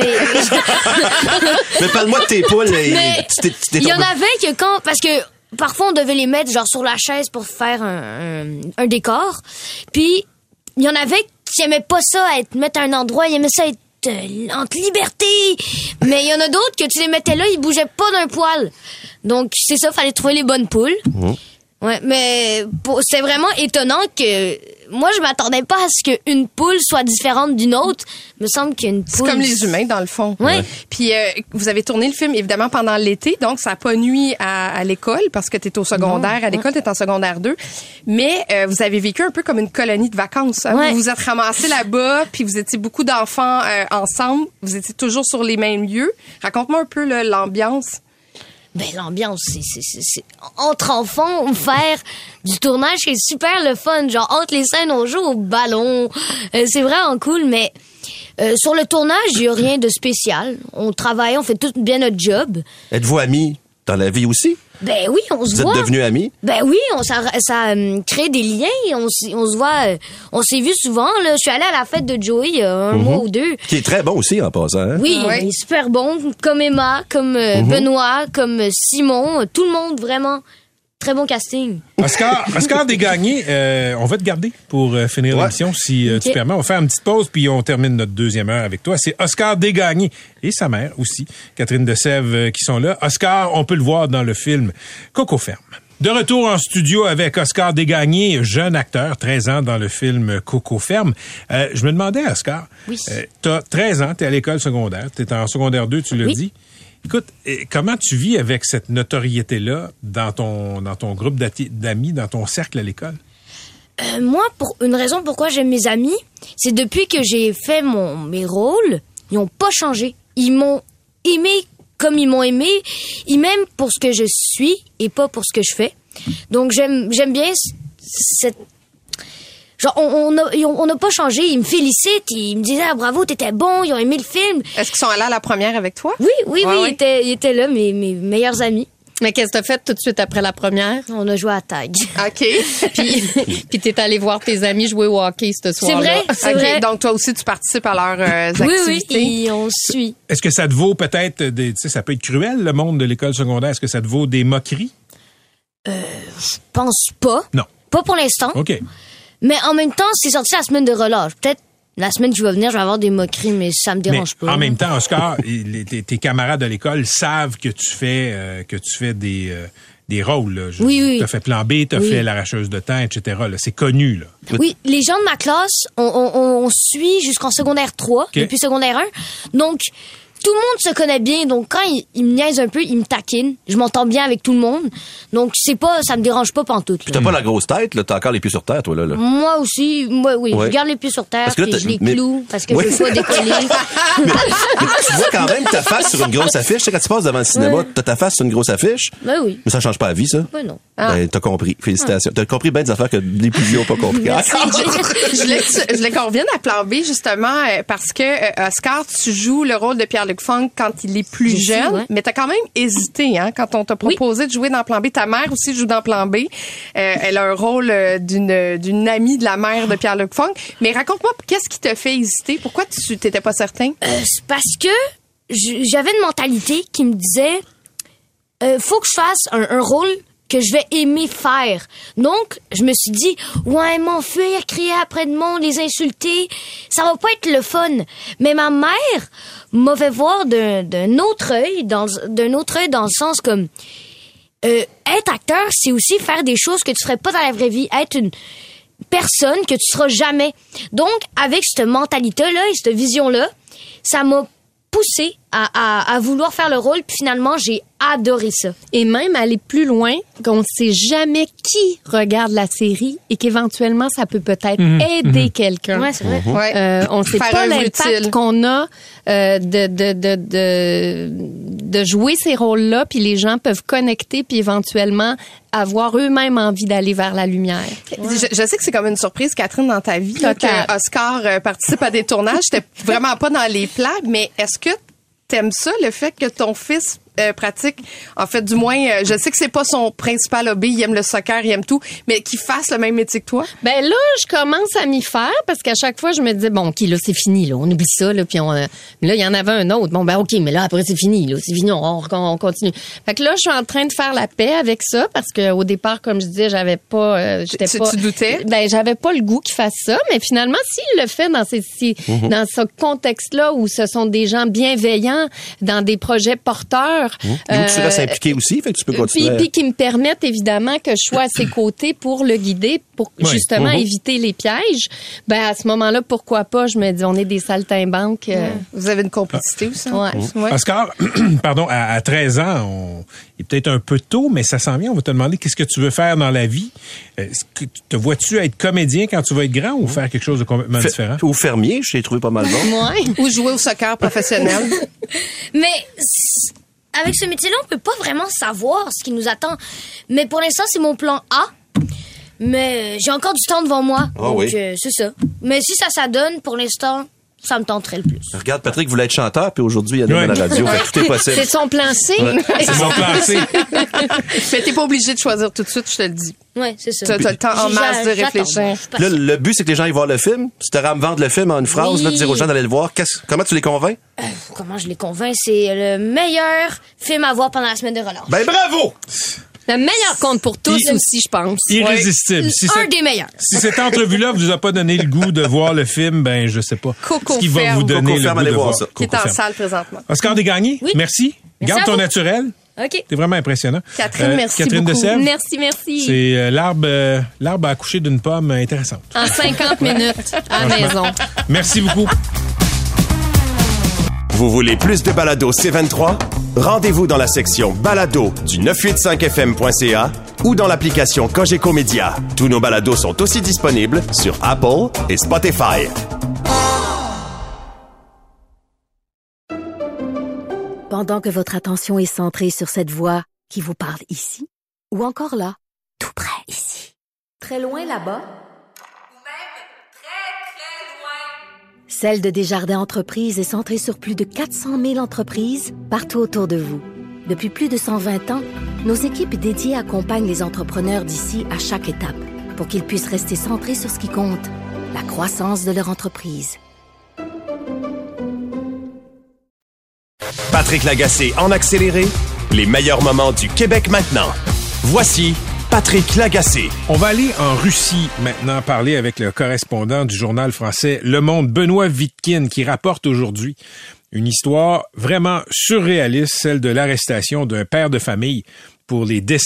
Mais parle-moi de tes poules. Mais il y en avait que parce que parfois on devait les mettre genre sur la chaise pour faire un décor. Puis il y en avait qui aimaient pas ça, mettre à un endroit, ils aimaient ça être entre liberté. Mais il y en a d'autres que tu les mettais là, ils bougeaient pas d'un poil. Donc c'est ça, fallait trouver les bonnes poules. Ouais, mais c'est vraiment étonnant que moi je m'attendais pas à ce qu'une poule soit différente d'une autre. Il me semble qu'une poule, c'est comme les humains dans le fond. Ouais. Puis vous avez tourné le film évidemment pendant l'été, donc ça a pas nuit à l'école parce que t'es au secondaire. À l'école, t'es en secondaire 2. Mais vous avez vécu un peu comme une colonie de vacances. Hein? Ouais. Vous vous êtes ramassés là-bas, puis vous étiez beaucoup d'enfants ensemble. Vous étiez toujours sur les mêmes lieux. Raconte-moi un peu l'ambiance. Ben, l'ambiance, c'est entre enfants, faire du tournage, c'est super le fun. Genre, entre les scènes, on joue au ballon. C'est vraiment cool, mais sur le tournage, il y a rien de spécial. On travaille, on fait tout bien notre job. Êtes-vous amis dans la vie aussi? Ben oui, on se voit. Vous êtes devenus amis? Ben oui, ça crée des liens. On se voit. On s'est vu souvent. Là, je suis allée à la fête de Joey il y a un mois ou 2. Qui est très bon aussi en passant. Hein? Oui, il est super bon. Comme Emma, comme Benoît, comme Simon. Tout le monde, vraiment. Très bon casting. Oscar Desgagnés, on va te garder pour finir l'émission, si tu permets. On va faire une petite pause, puis on termine notre deuxième heure avec toi. C'est Oscar Desgagnés et sa mère aussi, Catherine Desèves, qui sont là. Oscar, on peut le voir dans le film Coco Ferme. De retour en studio avec Oscar Desgagnés, jeune acteur, 13 ans dans le film Coco Ferme. Je me demandais, Oscar, t'as 13 ans, t'es à l'école secondaire, t'es en secondaire 2, tu l'as dit. Écoute, comment tu vis avec cette notoriété-là dans ton groupe d'amis, dans ton cercle à l'école? Moi, pour une raison pourquoi j'aime mes amis, c'est depuis que j'ai fait mes rôles, ils ont pas changé. Ils m'ont aimé comme ils m'ont aimé. Ils m'aiment pour ce que je suis et pas pour ce que je fais. Donc, j'aime bien cette... Genre, on n'a pas changé. Ils me félicitent. Ils me disaient, bravo, t'étais bon. Ils ont aimé le film. Est-ce qu'ils sont allés à la première avec toi? Oui. Ils étaient là, mes meilleurs amis. Mais qu'est-ce que t'as fait tout de suite après la première? On a joué à tag. OK. Puis t'es allé voir tes amis jouer au hockey ce soir-là. C'est vrai. Donc, toi aussi, tu participes à leurs activités. Oui, et on suit. Est-ce que ça te vaut peut-être ça peut être cruel, le monde de l'école secondaire. Est-ce que ça te vaut des moqueries? Je pense pas. Non. Pas pour l'instant. OK. Mais en même temps, c'est sorti la semaine de relâche. Peut-être la semaine qui va venir, je vais avoir des moqueries, mais ça me dérange pas. En même temps, Oscar, tes camarades de l'école savent que tu fais des rôles. Là. Oui. T'as fait Plan B, t'as fait L'arracheuse de temps, etc. Là. C'est connu. Là. Oui, les gens de ma classe, on suit jusqu'en secondaire 3, depuis secondaire 1. Donc, tout le monde se connaît bien, donc quand il me niaise un peu, il me taquine. Je m'entends bien avec tout le monde. Donc ça me dérange pas pantoute. Puis t'as pas la grosse tête, là, t'as encore les pieds sur terre, toi, là. Moi aussi, oui. Je garde les pieds sur terre, puis je les cloue, parce que je veux pas décoller. mais tu vois quand même ta face sur une grosse affiche. Tu sais, quand tu passes devant le cinéma, t'as ta face sur une grosse affiche. Ben oui. Mais ça change pas la vie, ça. Ben non. Ben, t'as compris. Félicitations. T'as compris bien des affaires que les plus vieux ont pas compris. Je voulais qu'on revienne à Plan B, justement, parce que, Oscar, tu joues le rôle de Pierre-Luc Funk quand il est plus jeune, mais t'as quand même hésité, hein, quand on t'a proposé de jouer dans Plan B. Ta mère aussi joue dans Plan B. Elle a un rôle d'une amie de la mère de Pierre-Luc Funk. Mais raconte-moi, qu'est-ce qui t'a fait hésiter? Pourquoi tu t'étais pas certain? C'est parce que j'avais une mentalité qui me disait, faut que je fasse un rôle que je vais aimer faire. Donc, je me suis dit, ouais, m'enfuir, crier après le monde, les insulter, ça va pas être le fun. Mais ma mère m'a fait voir d'un autre œil, dans le sens comme, être acteur, c'est aussi faire des choses que tu ferais pas dans la vraie vie. Être une personne que tu seras jamais. Donc, avec cette mentalité-là et cette vision-là, ça m'a poussé à vouloir faire le rôle, puis finalement, j'ai adoré ça. Et même aller plus loin, qu'on ne sait jamais qui regarde la série et qu'éventuellement, ça peut peut-être aider quelqu'un. Ouais, c'est vrai. On ne sait pas l'impact qu'on a de jouer ces rôles-là, puis les gens peuvent connecter, puis éventuellement avoir eux-mêmes envie d'aller vers la lumière. Je sais que c'est comme une surprise, Catherine, dans ta vie, là, que Oscar participe à des tournages. J'étais vraiment pas dans les plans, mais est-ce que t'aimes ça, le fait que ton fils pratique, en fait, du moins, je sais que c'est pas son principal hobby, il aime le soccer, il aime tout, mais qu'il fasse le même métier que toi? Ben là, je commence à m'y faire parce qu'à chaque fois, je me disais, bon, OK, là, c'est fini, là, on oublie ça, là, puis mais là, il y en avait un autre. Bon, ben OK, mais là, après, c'est fini, là, c'est fini, on continue. Fait que là, je suis en train de faire la paix avec ça parce que au départ, comme je disais, j'avais pas, Tu doutais? Ben, j'avais pas le goût qu'il fasse ça, mais finalement, s'il le fait dans ce contexte-là où ce sont des gens bienveillants, dans des projets porteurs, Et où tu restes impliqué aussi, fait que tu peux continuer. Puis qui me permettent évidemment que je sois à ses côtés pour le guider, pour justement éviter les pièges. Ben à ce moment-là, pourquoi pas? Je me dis, on est des saltimbanques. Vous avez une complicité aussi. Ouais. Oscar, pardon, à 13 ans, il est peut-être un peu tôt, mais ça s'en vient. On va te demander qu'est-ce que tu veux faire dans la vie. Te vois-tu être comédien quand tu vas être grand ou faire quelque chose de complètement différent? Ou fermier, je t'ai trouvé pas mal bon. Ou jouer au soccer professionnel. Mais avec ce métier-là, on peut pas vraiment savoir ce qui nous attend. Mais pour l'instant, c'est mon plan A. Mais j'ai encore du temps devant moi. Donc, c'est ça. Mais si ça donne, pour l'instant, ça me tenterait le plus. Regarde, Patrick voulait être chanteur, puis aujourd'hui, il y a à la radio. Fait que tout est possible. C'est son plan C. C'est son plan C. Mais t'es pas obligé de choisir tout de suite, je te le dis. Ouais, c'est ça. T'as le temps en masse de réfléchir. Là, le but, c'est que les gens aillent voir le film. Si t'aurais à me vendre le film en une phrase, là, de dire aux gens d'aller le voir, comment tu les convaincs? Comment je les convainc? C'est le meilleur film à voir pendant la semaine de relâche. Ben, bravo! Le meilleur compte pour tous aussi, je pense. Irrésistible. Un des meilleurs. Si cette entrevue-là vous a pas donné le goût de voir le film, ben je sais pas. Coco qui va vous donner Coco le goût de voir ça. Qui est en salle présentement. Oscar Desgagnés, merci. Garde ton naturel. OK. C'est vraiment impressionnant. Catherine, merci Catherine beaucoup. Desèvres. Merci. C'est l'arbre à accoucher d'une pomme intéressante. En 50 minutes à la maison. Merci beaucoup. Vous voulez plus de balado C23? Rendez-vous dans la section balado du 985fm.ca ou dans l'application Cogeco Média. Tous nos balados sont aussi disponibles sur Apple et Spotify. Pendant que votre attention est centrée sur cette voix qui vous parle ici, ou encore là, tout près ici, très loin là-bas, ou même très, très loin, Celle de Desjardins Entreprises est centrée sur plus de 400 000 entreprises partout autour de vous. Depuis plus de 120 ans, nos équipes dédiées accompagnent les entrepreneurs d'ici à chaque étape pour qu'ils puissent rester centrés sur ce qui compte, la croissance de leur entreprise. Patrick Lagacé en accéléré, les meilleurs moments du Québec maintenant. Voici Patrick Lagacé. On va aller en Russie maintenant parler avec le correspondant du journal français Le Monde, Benoît Vitkine, qui rapporte aujourd'hui une histoire vraiment surréaliste, celle de l'arrestation d'un père de famille pour les dessins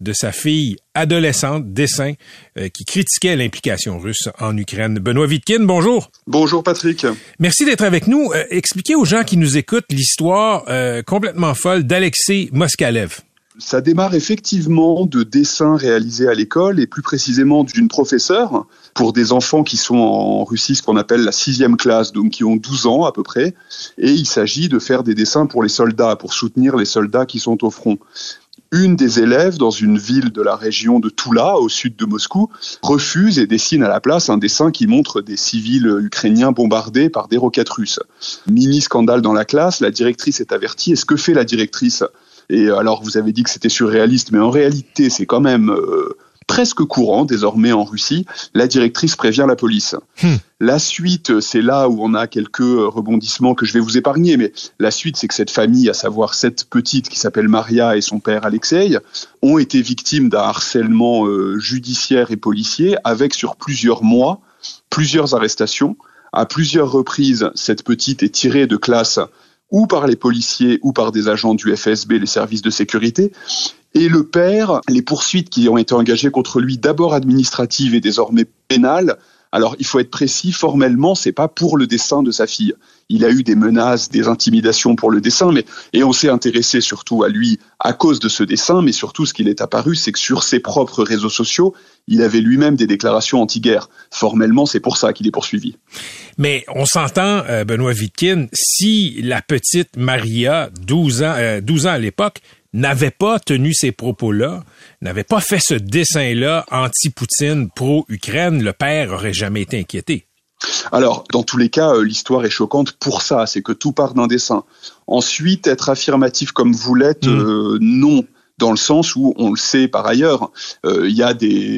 de sa fille adolescente, dessin, qui critiquait l'implication russe en Ukraine. Benoît Vitkine, bonjour. Bonjour Patrick. Merci d'être avec nous. Expliquez aux gens qui nous écoutent l'histoire complètement folle d'Alexei Moskalev. Ça démarre effectivement de dessins réalisés à l'école et plus précisément d'une professeure pour des enfants qui sont en Russie, ce qu'on appelle la 6e classe, donc qui ont 12 ans à peu près. Et il s'agit de faire des dessins pour les soldats, pour soutenir les soldats qui sont au front. Une des élèves dans une ville de la région de Toula, au sud de Moscou, refuse et dessine à la place un dessin qui montre des civils ukrainiens bombardés par des roquettes russes. Mini scandale dans la classe, la directrice est avertie. Et ce que fait la directrice ? Et alors, vous avez dit que c'était surréaliste, mais en réalité, c'est quand même presque courant désormais en Russie. La directrice prévient la police. La suite, c'est là où on a quelques rebondissements que je vais vous épargner, mais la suite, c'est que cette famille, à savoir cette petite qui s'appelle Maria et son père Alexei, ont été victimes d'un harcèlement judiciaire et policier avec sur plusieurs mois, plusieurs arrestations. À plusieurs reprises, cette petite est tirée de classe ou par les policiers ou par des agents du FSB, les services de sécurité. Et le père, les poursuites qui ont été engagées contre lui, d'abord administratives et désormais pénales. Alors, il faut être précis, formellement, c'est pas pour le dessin de sa fille. Il a eu des menaces, des intimidations pour le dessin, et on s'est intéressé surtout à lui à cause de ce dessin, mais surtout ce qu'il est apparu, c'est que sur ses propres réseaux sociaux, il avait lui-même des déclarations anti-guerre. Formellement, c'est pour ça qu'il est poursuivi. Mais on s'entend, Benoît Vitkine, si la petite Maria, 12 ans à l'époque, n'avait pas tenu ces propos-là, n'avait pas fait ce dessin-là anti-Poutine, pro-Ukraine, le père aurait jamais été inquiété. Alors, dans tous les cas, l'histoire est choquante pour ça, c'est que tout part d'un dessin. Ensuite, être affirmatif comme vous l'êtes, non. Dans le sens où, on le sait par ailleurs, il y a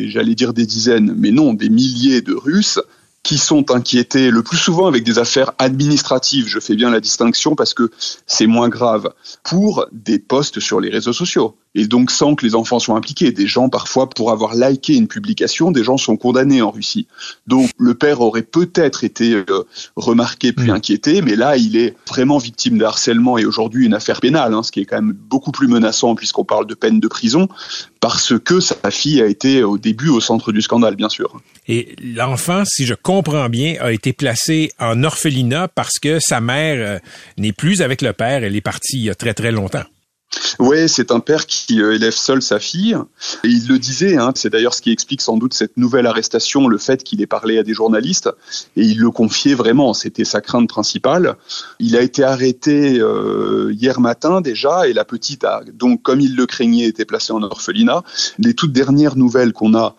des dizaines, mais non, des milliers de Russes qui sont inquiétés, le plus souvent avec des affaires administratives, je fais bien la distinction parce que c'est moins grave, pour des posts sur les réseaux sociaux. Et donc sans que les enfants soient impliqués. Des gens, parfois, pour avoir liké une publication, des gens sont condamnés en Russie. Donc le père aurait peut-être été remarqué puis inquiété, mais là, il est vraiment victime de harcèlement et aujourd'hui une affaire pénale, ce qui est quand même beaucoup plus menaçant puisqu'on parle de peine de prison, parce que sa fille a été au début au centre du scandale, bien sûr. Et l'enfant, si je comprends bien, a été placé en orphelinat parce que sa mère n'est plus avec le père, elle est partie il y a très très longtemps. Oui, c'est un père qui élève seul sa fille. Et il le disait, c'est d'ailleurs ce qui explique sans doute cette nouvelle arrestation, le fait qu'il ait parlé à des journalistes. Et il le confiait vraiment, c'était sa crainte principale. Il a été arrêté hier matin déjà, et la petite a donc, comme il le craignait, été placée en orphelinat. Les toutes dernières nouvelles qu'on a,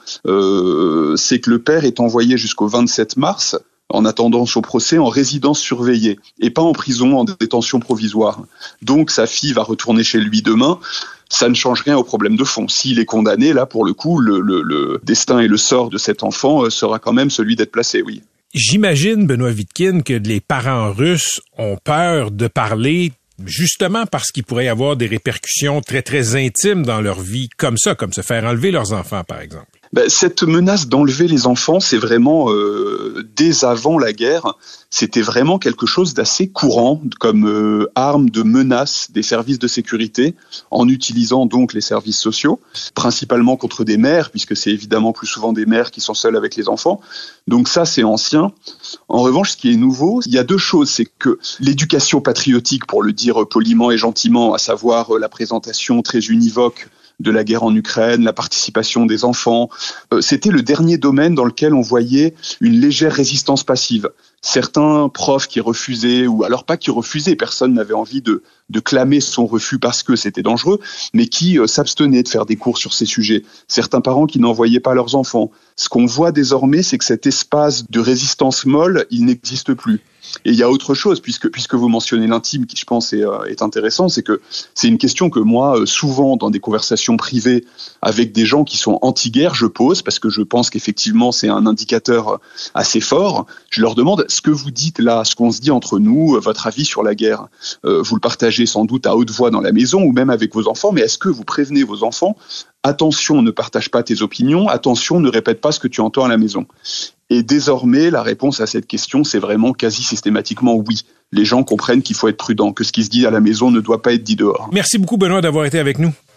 c'est que le père est envoyé jusqu'au 27 mars, en attendant son procès, en résidence surveillée et pas en prison, en détention provisoire. Donc sa fille va retourner chez lui demain. Ça ne change rien au problème de fond. S'il est condamné, là, pour le coup, le destin et le sort de cet enfant sera quand même celui d'être placé, oui. J'imagine, Benoît Vitkine, que les parents russes ont peur de parler justement parce qu'il pourrait y avoir des répercussions très, très intimes dans leur vie, comme ça, comme se faire enlever leurs enfants, par exemple. Cette menace d'enlever les enfants, c'est vraiment, dès avant la guerre, c'était vraiment quelque chose d'assez courant comme arme de menace des services de sécurité, en utilisant donc les services sociaux, principalement contre des mères, puisque c'est évidemment plus souvent des mères qui sont seules avec les enfants. Donc ça, c'est ancien. En revanche, ce qui est nouveau, il y a deux choses. C'est que l'éducation patriotique, pour le dire poliment et gentiment, à savoir la présentation très univoque de la guerre en Ukraine, la participation des enfants, c'était le dernier domaine dans lequel on voyait une légère résistance passive. Certains profs qui refusaient, ou alors pas qui refusaient, personne n'avait envie de clamer son refus parce que c'était dangereux, mais qui s'abstenaient de faire des cours sur ces sujets. Certains parents qui n'envoyaient pas leurs enfants. Ce qu'on voit désormais, c'est que cet espace de résistance molle, il n'existe plus. Et il y a autre chose, puisque vous mentionnez l'intime, qui je pense est intéressant, c'est que c'est une question que moi, souvent dans des conversations privées avec des gens qui sont anti-guerre, je pose, parce que je pense qu'effectivement c'est un indicateur assez fort. Je leur demande, ce que vous dites là, ce qu'on se dit entre nous, votre avis sur la guerre, vous le partagez sans doute à haute voix dans la maison ou même avec vos enfants, mais est-ce que vous prévenez vos enfants ? Attention, ne partage pas tes opinions, attention, ne répète pas ce que tu entends à la maison. Et désormais, la réponse à cette question, c'est vraiment quasi systématiquement oui. Les gens comprennent qu'il faut être prudent, que ce qui se dit à la maison ne doit pas être dit dehors. Merci beaucoup, Benoît, d'avoir été avec nous.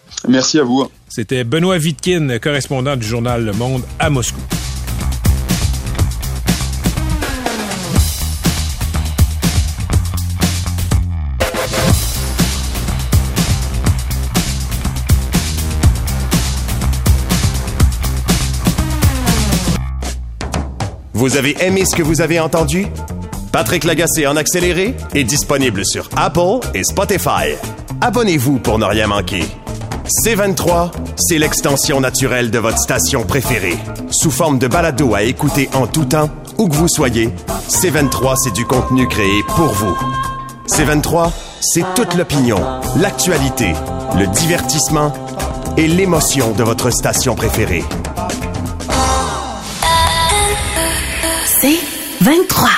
Merci à vous. C'était Benoît Vitkine, correspondant du journal Le Monde à Moscou. Vous avez aimé ce que vous avez entendu? Patrick Lagacé en accéléré est disponible sur Apple et Spotify. Abonnez-vous pour ne rien manquer. C23, c'est l'extension naturelle de votre station préférée. Sous forme de balado à écouter en tout temps, où que vous soyez, C23, c'est du contenu créé pour vous. C23, c'est toute l'opinion, l'actualité, le divertissement et l'émotion de votre station préférée. C23.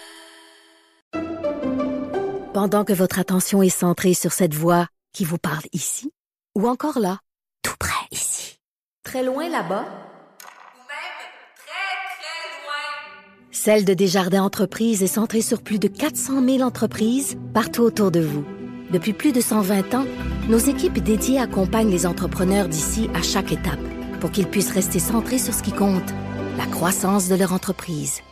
Pendant que votre attention est centrée sur cette voix qui vous parle ici, ou encore là, tout près ici, très loin là-bas, ou même très, très loin, Celle de Desjardins Entreprises est centrée sur plus de 400 000 entreprises partout autour de vous. Depuis plus de 120 ans, nos équipes dédiées accompagnent les entrepreneurs d'ici à chaque étape pour qu'ils puissent rester centrés sur ce qui compte, la croissance de leur entreprise.